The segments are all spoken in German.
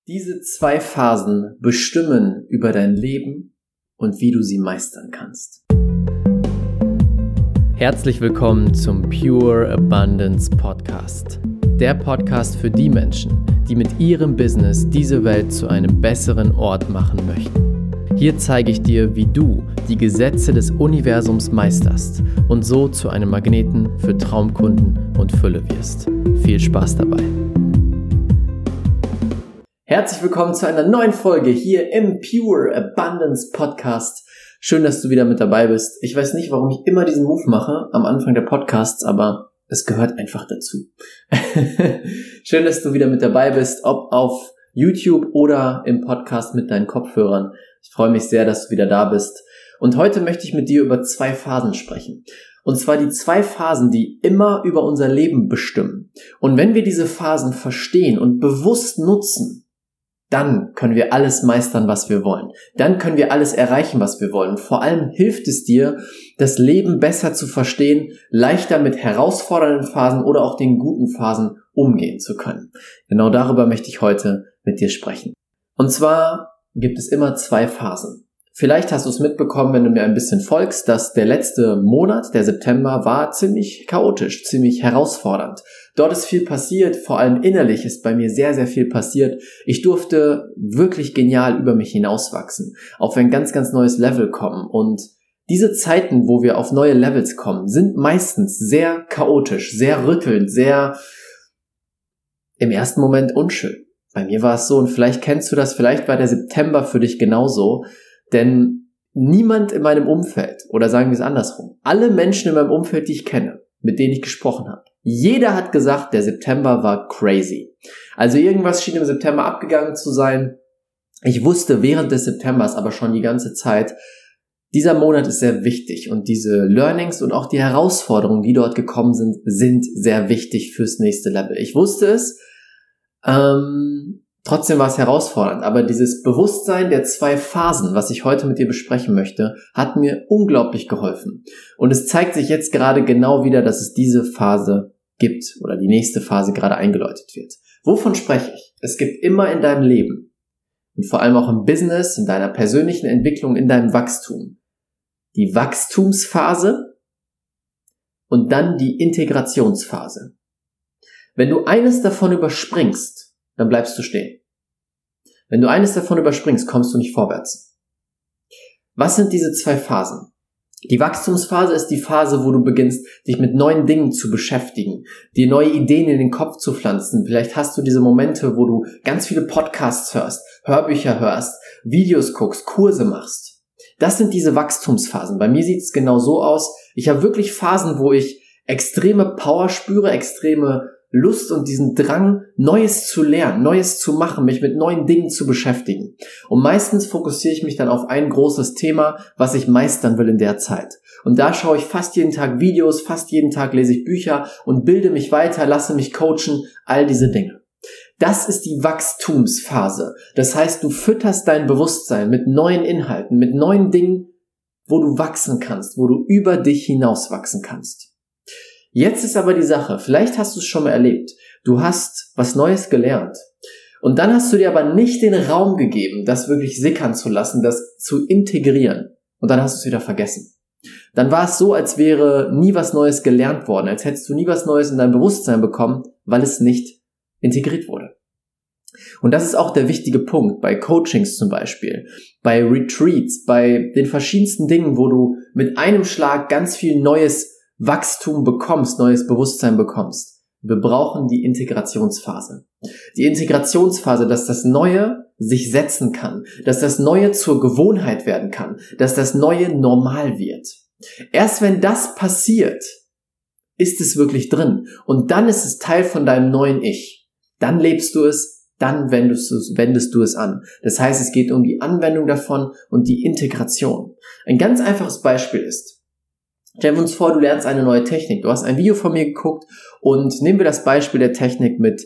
Diese zwei Phasen bestimmen über dein Leben und wie du sie meistern kannst. Herzlich willkommen zum Pure Abundance Podcast. Der Podcast für die Menschen, die mit ihrem Business diese Welt zu einem besseren Ort machen möchten. Hier zeige ich dir, wie du die Gesetze des Universums meisterst und so zu einem Magneten für Traumkunden und Fülle wirst. Viel Spaß dabei! Herzlich willkommen zu einer neuen Folge hier im Pure Abundance Podcast. Schön, dass du wieder mit dabei bist. Ich weiß nicht, warum ich immer diesen Move mache am Anfang der Podcasts, aber es gehört einfach dazu. Schön, dass du wieder mit dabei bist, ob auf YouTube oder im Podcast mit deinen Kopfhörern. Ich freue mich sehr, dass du wieder da bist. Und heute möchte ich mit dir über zwei Phasen sprechen. Und zwar die zwei Phasen, die immer über unser Leben bestimmen. Und wenn wir diese Phasen verstehen und bewusst nutzen, dann können wir alles meistern, was wir wollen. Dann können wir alles erreichen, was wir wollen. Vor allem hilft es dir, das Leben besser zu verstehen, leichter mit herausfordernden Phasen oder auch den guten Phasen umgehen zu können. Genau darüber möchte ich heute mit dir sprechen. Und zwar gibt es immer zwei Phasen. Vielleicht hast du es mitbekommen, wenn du mir ein bisschen folgst, dass der letzte Monat, der September, war ziemlich chaotisch, ziemlich herausfordernd. Dort ist viel passiert, vor allem innerlich ist bei mir sehr, sehr viel passiert. Ich durfte wirklich genial über mich hinauswachsen, auf ein ganz, ganz neues Level kommen. Und diese Zeiten, wo wir auf neue Levels kommen, sind meistens sehr chaotisch, sehr rüttelnd, sehr im ersten Moment unschön. Bei mir war es so, und vielleicht kennst du das, vielleicht war der September für dich genauso. Denn niemand in meinem Umfeld, oder sagen wir es andersrum, alle Menschen in meinem Umfeld, die ich kenne, mit denen ich gesprochen habe, jeder hat gesagt, der September war crazy. Also irgendwas schien im September abgegangen zu sein. Ich wusste während des Septembers aber schon die ganze Zeit, dieser Monat ist sehr wichtig und diese Learnings und auch die Herausforderungen, die dort gekommen sind, sind sehr wichtig fürs nächste Level. Ich wusste es, trotzdem war es herausfordernd, aber dieses Bewusstsein der zwei Phasen, was ich heute mit dir besprechen möchte, hat mir unglaublich geholfen. Und es zeigt sich jetzt gerade genau wieder, dass es diese Phase gibt oder die nächste Phase gerade eingeläutet wird. Wovon spreche ich? Es gibt immer in deinem Leben und vor allem auch im Business, in deiner persönlichen Entwicklung, in deinem Wachstum, die Wachstumsphase und dann die Integrationsphase. Wenn du eines davon überspringst, dann bleibst du stehen. Wenn du eines davon überspringst, kommst du nicht vorwärts. Was sind diese zwei Phasen? Die Wachstumsphase ist die Phase, wo du beginnst, dich mit neuen Dingen zu beschäftigen, dir neue Ideen in den Kopf zu pflanzen. Vielleicht hast du diese Momente, wo du ganz viele Podcasts hörst, Hörbücher hörst, Videos guckst, Kurse machst. Das sind diese Wachstumsphasen. Bei mir sieht es genau so aus. Ich habe wirklich Phasen, wo ich extreme Power spüre, extreme Lust und diesen Drang, Neues zu lernen, Neues zu machen, mich mit neuen Dingen zu beschäftigen. Und meistens fokussiere ich mich dann auf ein großes Thema, was ich meistern will in der Zeit. Und da schaue ich fast jeden Tag Videos, fast jeden Tag lese ich Bücher und bilde mich weiter, lasse mich coachen, all diese Dinge. Das ist die Wachstumsphase. Das heißt, du fütterst dein Bewusstsein mit neuen Inhalten, mit neuen Dingen, wo du wachsen kannst, wo du über dich hinaus wachsen kannst. Jetzt ist aber die Sache, vielleicht hast du es schon mal erlebt, du hast was Neues gelernt und dann hast du dir aber nicht den Raum gegeben, das wirklich sickern zu lassen, das zu integrieren und dann hast du es wieder vergessen. Dann war es so, als wäre nie was Neues gelernt worden, als hättest du nie was Neues in dein Bewusstsein bekommen, weil es nicht integriert wurde. Und das ist auch der wichtige Punkt bei Coachings zum Beispiel, bei Retreats, bei den verschiedensten Dingen, wo du mit einem Schlag ganz viel Neues Wachstum bekommst, neues Bewusstsein bekommst. Wir brauchen die Integrationsphase. Die Integrationsphase, dass das Neue sich setzen kann, dass das Neue zur Gewohnheit werden kann, dass das Neue normal wird. Erst wenn das passiert, ist es wirklich drin und dann ist es Teil von deinem neuen Ich. Dann lebst du es, dann wendest du es an. Das heißt, es geht um die Anwendung davon und die Integration. Ein ganz einfaches Beispiel ist, stellen wir uns vor, du lernst eine neue Technik. Du hast ein Video von mir geguckt und nehmen wir das Beispiel der Technik mit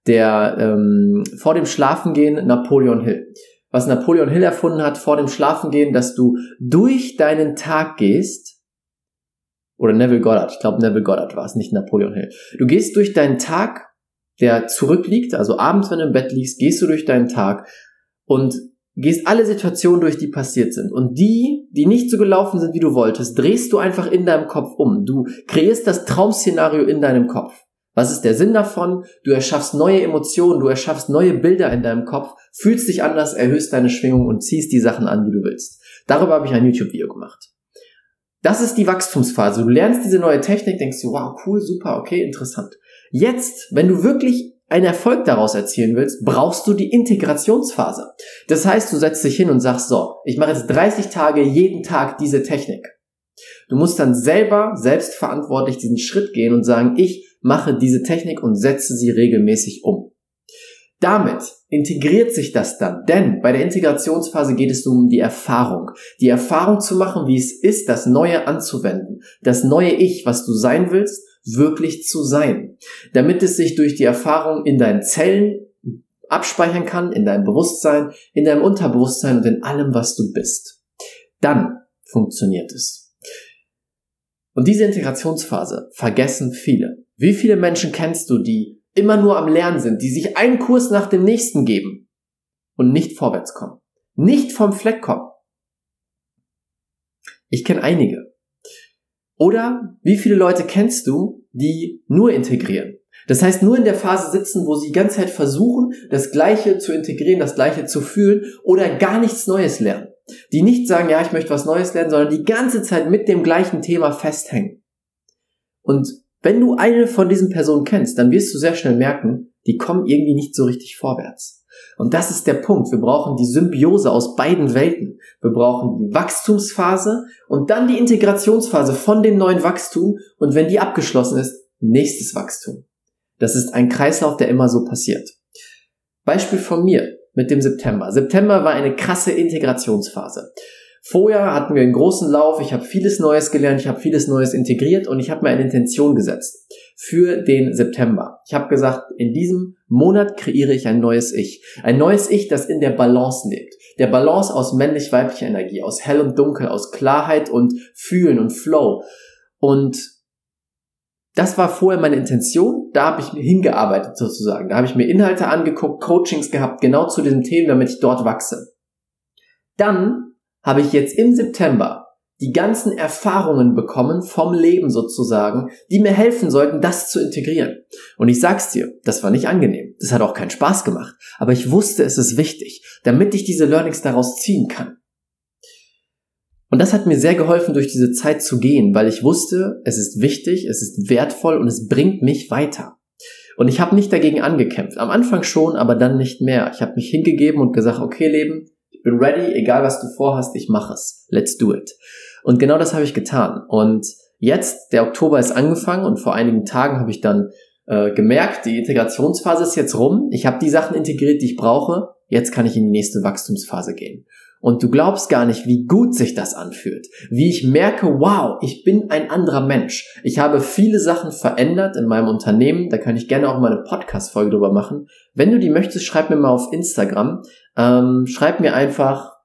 der vor dem Schlafengehen Napoleon Hill. Was Napoleon Hill erfunden hat, vor dem Schlafengehen, dass du durch deinen Tag gehst, oder Neville Goddard, ich glaube Neville Goddard war es, nicht Napoleon Hill. Du gehst durch deinen Tag der zurückliegt, also abends, wenn du im Bett liegst, gehst du durch deinen Tag und gehst alle Situationen durch, die passiert sind. Und die nicht so gelaufen sind, wie du wolltest, drehst du einfach in deinem Kopf um. Du kreierst das Traum-Szenario in deinem Kopf. Was ist der Sinn davon? Du erschaffst neue Emotionen, du erschaffst neue Bilder in deinem Kopf, fühlst dich anders, erhöhst deine Schwingung und ziehst die Sachen an, die du willst. Darüber habe ich ein YouTube-Video gemacht. Das ist die Wachstumsphase. Du lernst diese neue Technik, denkst du, wow, cool, super, okay, interessant. Jetzt, wenn du wirklich einen Erfolg daraus erzielen willst, brauchst du die Integrationsphase. Das heißt, du setzt dich hin und sagst, so, ich mache jetzt 30 Tage jeden Tag diese Technik. Du musst dann selber selbstverantwortlich diesen Schritt gehen und sagen, ich mache diese Technik und setze sie regelmäßig um. Damit integriert sich das dann, denn bei der Integrationsphase geht es um die Erfahrung zu machen, wie es ist, das Neue anzuwenden, das neue Ich, was du sein willst, wirklich zu sein, damit es sich durch die Erfahrung in deinen Zellen abspeichern kann, in deinem Bewusstsein, in deinem Unterbewusstsein und in allem, was du bist. Dann funktioniert es. Und diese Integrationsphase vergessen viele. Wie viele Menschen kennst du, die immer nur am Lernen sind, die sich einen Kurs nach dem nächsten geben und nicht vorwärts kommen, nicht vom Fleck kommen? Ich kenne einige. Oder wie viele Leute kennst du, die nur integrieren? Das heißt, nur in der Phase sitzen, wo sie die ganze Zeit versuchen, das Gleiche zu integrieren, das Gleiche zu fühlen oder gar nichts Neues lernen. Die nicht sagen, ja, ich möchte was Neues lernen, sondern die ganze Zeit mit dem gleichen Thema festhängen. Und wenn du eine von diesen Personen kennst, dann wirst du sehr schnell merken, die kommen irgendwie nicht so richtig vorwärts. Und das ist der Punkt. Wir brauchen die Symbiose aus beiden Welten. Wir brauchen die Wachstumsphase und dann die Integrationsphase von dem neuen Wachstum. Und wenn die abgeschlossen ist, nächstes Wachstum. Das ist ein Kreislauf, der immer so passiert. Beispiel von mir mit dem September. September war eine krasse Integrationsphase. Vorher hatten wir einen großen Lauf, ich habe vieles Neues gelernt, ich habe vieles Neues integriert und ich habe mir eine Intention gesetzt für den September. Ich habe gesagt, in diesem Monat kreiere ich ein neues Ich. Ein neues Ich, das in der Balance lebt. Der Balance aus männlich-weiblicher Energie, aus hell und dunkel, aus Klarheit und Fühlen und Flow. Und das war vorher meine Intention, da habe ich hingearbeitet sozusagen. Da habe ich mir Inhalte angeguckt, Coachings gehabt, genau zu diesem Thema, damit ich dort wachse. Dann habe ich jetzt im September die ganzen Erfahrungen bekommen vom Leben sozusagen, die mir helfen sollten, das zu integrieren. Und ich sag's dir, das war nicht angenehm. Das hat auch keinen Spaß gemacht. Aber ich wusste, es ist wichtig, damit ich diese Learnings daraus ziehen kann. Und das hat mir sehr geholfen, durch diese Zeit zu gehen, weil ich wusste, es ist wichtig, es ist wertvoll und es bringt mich weiter. Und ich habe nicht dagegen angekämpft. Am Anfang schon, aber dann nicht mehr. Ich habe mich hingegeben und gesagt, okay Leben, ich bin ready, egal was du vorhast, ich mache es. Let's do it. Und genau das habe ich getan. Und jetzt, der Oktober ist angefangen und vor einigen Tagen habe ich dann gemerkt, die Integrationsphase ist jetzt rum. Ich habe die Sachen integriert, die ich brauche. Jetzt kann ich in die nächste Wachstumsphase gehen. Und du glaubst gar nicht, wie gut sich das anfühlt. Wie ich merke, wow, ich bin ein anderer Mensch. Ich habe viele Sachen verändert in meinem Unternehmen. Da kann ich gerne auch mal eine Podcast-Folge drüber machen. Wenn du die möchtest, schreib mir mal auf Instagram. Schreib mir einfach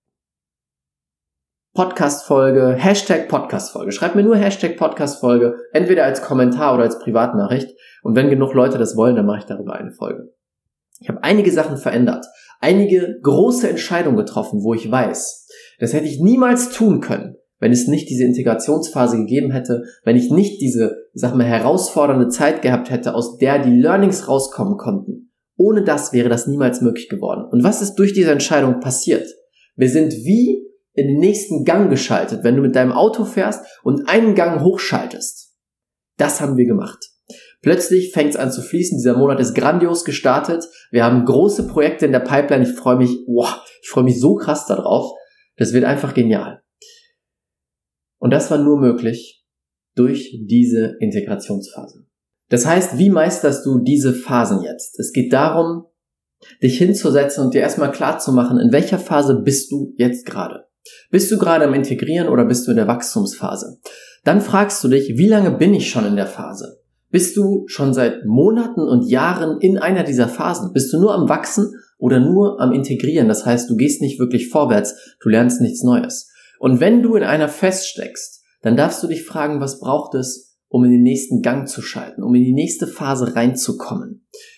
Podcast-Folge, #Podcast-Folge. Schreib mir nur #Podcast-Folge, entweder als Kommentar oder als Privatnachricht. Und wenn genug Leute das wollen, dann mache ich darüber eine Folge. Ich habe einige Sachen verändert, einige große Entscheidungen getroffen, wo ich weiß, das hätte ich niemals tun können, wenn es nicht diese Integrationsphase gegeben hätte, wenn ich nicht diese, herausfordernde Zeit gehabt hätte, aus der die Learnings rauskommen konnten. Ohne das wäre das niemals möglich geworden. Und was ist durch diese Entscheidung passiert? Wir sind wie in den nächsten Gang geschaltet, wenn du mit deinem Auto fährst und einen Gang hochschaltest. Das haben wir gemacht. Plötzlich fängt es an zu fließen. Dieser Monat ist grandios gestartet. Wir haben große Projekte in der Pipeline. Ich freue mich so krass darauf. Das wird einfach genial. Und das war nur möglich durch diese Integrationsphase. Das heißt, wie meisterst du diese Phasen jetzt? Es geht darum, dich hinzusetzen und dir erstmal klar zu machen, in welcher Phase bist du jetzt gerade? Bist du gerade am Integrieren oder bist du in der Wachstumsphase? Dann fragst du dich, wie lange bin ich schon in der Phase? Bist du schon seit Monaten und Jahren in einer dieser Phasen? Bist du nur am Wachsen oder nur am Integrieren? Das heißt, du gehst nicht wirklich vorwärts, du lernst nichts Neues. Und wenn du in einer feststeckst, dann darfst du dich fragen, was braucht es, um in den nächsten Gang zu schalten, um in die nächste Phase reinzukommen?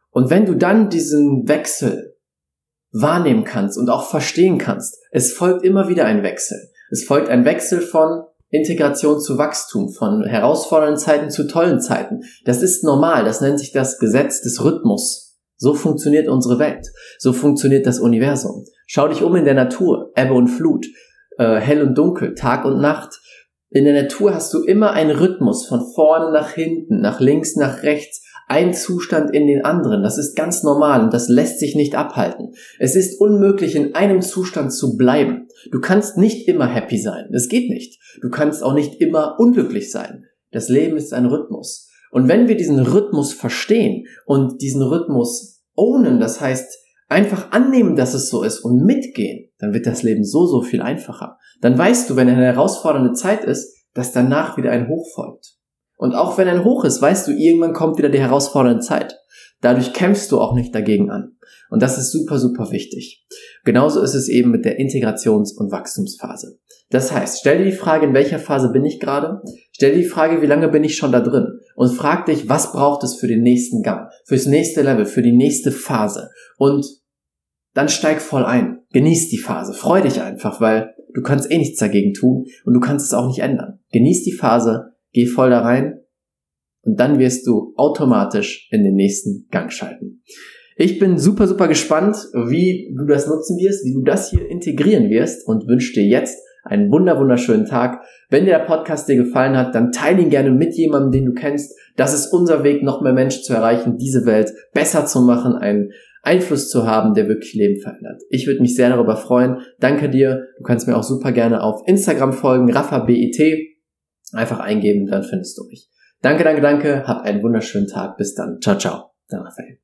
Und wenn du dann diesen Wechsel wahrnehmen kannst und auch verstehen kannst, es folgt immer wieder ein Wechsel. Es folgt ein Wechsel von Integration zu Wachstum, von herausfordernden Zeiten zu tollen Zeiten. Das ist normal, das nennt sich das Gesetz des Rhythmus. So funktioniert unsere Welt, so funktioniert das Universum. Schau dich um in der Natur, Ebbe und Flut, hell und dunkel, Tag und Nacht. In der Natur hast du immer einen Rhythmus von vorne nach hinten, nach links, nach rechts, ein Zustand in den anderen. Das ist ganz normal und das lässt sich nicht abhalten. Es ist unmöglich, in einem Zustand zu bleiben. Du kannst nicht immer happy sein. Das geht nicht. Du kannst auch nicht immer unglücklich sein. Das Leben ist ein Rhythmus. Und wenn wir diesen Rhythmus verstehen und diesen Rhythmus ownen, das heißt einfach annehmen, dass es so ist und mitgehen, dann wird das Leben so viel einfacher. Dann weißt du, wenn eine herausfordernde Zeit ist, dass danach wieder ein Hoch folgt. Und auch wenn ein Hoch ist, weißt du, irgendwann kommt wieder die herausfordernde Zeit. Dadurch kämpfst du auch nicht dagegen an. Und das ist super wichtig. Genauso ist es eben mit der Integrations- und Wachstumsphase. Das heißt, stell dir die Frage, in welcher Phase bin ich gerade? Stell dir die Frage, wie lange bin ich schon da drin? Und frag dich, was braucht es für den nächsten Gang, fürs nächste Level, für die nächste Phase? Und dann steig voll ein. Genieß die Phase. Freu dich einfach, weil du kannst eh nichts dagegen tun und du kannst es auch nicht ändern. Genieß die Phase. Geh voll da rein und dann wirst du automatisch in den nächsten Gang schalten. Ich bin super gespannt, wie du das nutzen wirst, wie du das hier integrieren wirst und wünsche dir jetzt einen wunderschönen Tag. Wenn dir der Podcast dir gefallen hat, dann teile ihn gerne mit jemandem, den du kennst. Das ist unser Weg, noch mehr Menschen zu erreichen, diese Welt besser zu machen, einen Einfluss zu haben, der wirklich Leben verändert. Ich würde mich sehr darüber freuen. Danke dir. Du kannst mir auch super gerne auf Instagram folgen, RaffaBET. Einfach eingeben, dann findest du mich. Danke. Hab einen wunderschönen Tag. Bis dann. Ciao. Dein Raphael.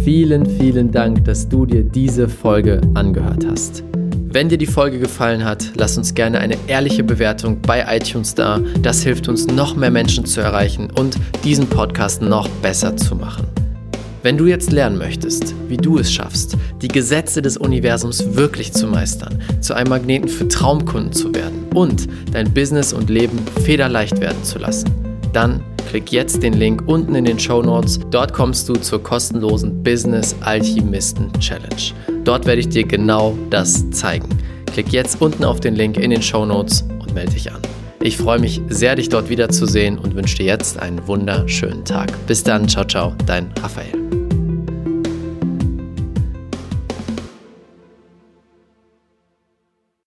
Vielen Dank, dass du dir diese Folge angehört hast. Wenn dir die Folge gefallen hat, lass uns gerne eine ehrliche Bewertung bei iTunes da. Das hilft uns, noch mehr Menschen zu erreichen und diesen Podcast noch besser zu machen. Wenn du jetzt lernen möchtest, wie du es schaffst, die Gesetze des Universums wirklich zu meistern, zu einem Magneten für Traumkunden zu werden und dein Business und Leben federleicht werden zu lassen, dann klick jetzt den Link unten in den Shownotes. Dort kommst du zur kostenlosen Business Alchemisten Challenge. Dort werde ich dir genau das zeigen. Klick jetzt unten auf den Link in den Shownotes und melde dich an. Ich freue mich sehr, dich dort wiederzusehen und wünsche dir jetzt einen wunderschönen Tag. Bis dann, ciao, dein Raphael.